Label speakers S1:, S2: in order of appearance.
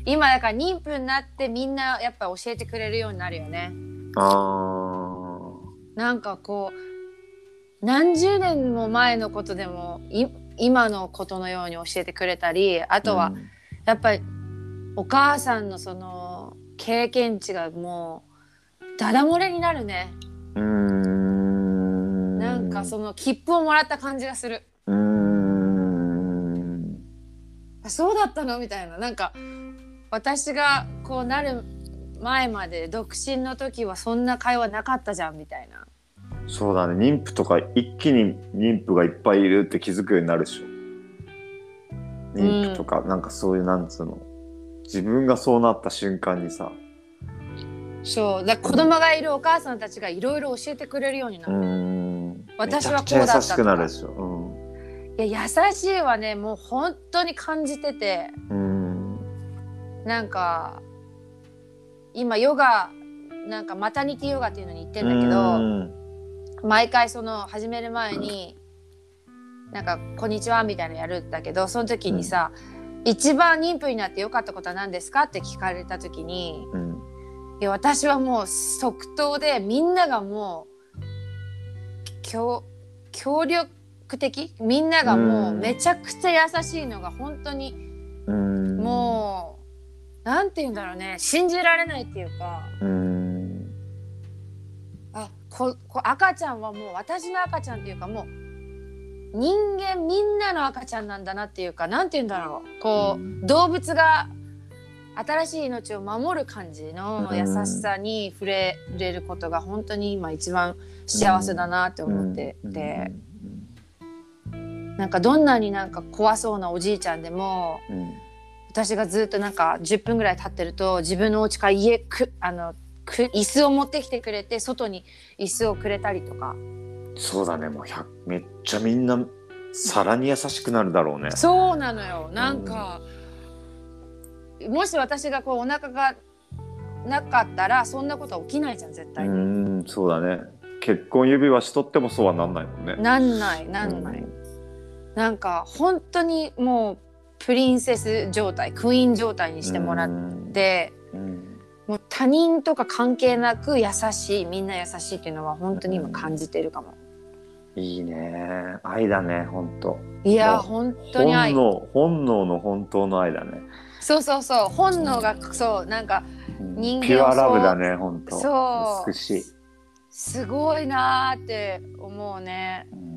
S1: 今だから妊婦になってみんなやっぱ教えてくれるようになるよね。なんかこう何十年も前のことでも今のことのように教えてくれたり、あとはやっぱりお母さんのその経験値がもうダダ漏れになるね。なんかその切符をもらった感じがする。そうだったのみたいな。なんか私がこうなる前まで独身の時はそんな会話なかったじゃんみたいな。
S2: そうだね、妊婦とか一気に妊婦がいっぱいいるって気づくようになるでしょ。妊婦とかなんかそういうなんつうの、自分がそうなった瞬間にさ、
S1: そうだ、子供がいるお母さんたちがいろいろ教えてくれるようになる。私はこうだったとか。めちゃくちゃ優しくなるでしょ。いや優しいはね、もう本当に感じてて、なんか今ヨガなんかマタニティヨガっていうのに行ってんだけど、毎回その始める前になんかこんにちはみたいなのやるんだけど、その時にさ、一番妊婦になって良かったことは何ですかって聞かれた時に、いや私はもう即答で、みんながもう協力的、みんながもうめちゃくちゃ優しいのが本当にもうなんて言うんだろうね、信じられないっていうか、赤ちゃんはもう私の赤ちゃんっていうか、もう人間みんなの赤ちゃんなんだなっていうか、なんて言うんだろう、こう動物が新しい命を守る感じの優しさに触れることが本当に今一番幸せだなって思ってて、なんかどんなになんか怖そうなおじいちゃんでも、私がずっとなんか10分ぐらい経ってると自分のお家から椅子を持ってきてくれて、外に椅子をくれたりとか。
S2: そうだね、もうめっちゃみんなさらに優しくなるだろうね。
S1: そうなのよ。なんか、もし私がこうお腹がなかったらそんなことは起きないじゃん絶対に。
S2: そうだね。結婚指輪しとってもそうはなんないもんね。
S1: なんない。なんか本当にもうプリンセス状態、クイーン状態にしてもらって、もう他人とか関係なく優しい、みんな優しいっていうのは本当に今感じてるかも。
S2: いいね、愛だね、本当。
S1: いや本当に愛。
S2: 本能の本当の愛だね。
S1: そう本能がそうなんか人間を
S2: ピュアラブだね、本当。
S1: そう
S2: 美しい。
S1: すごいなーって思うね。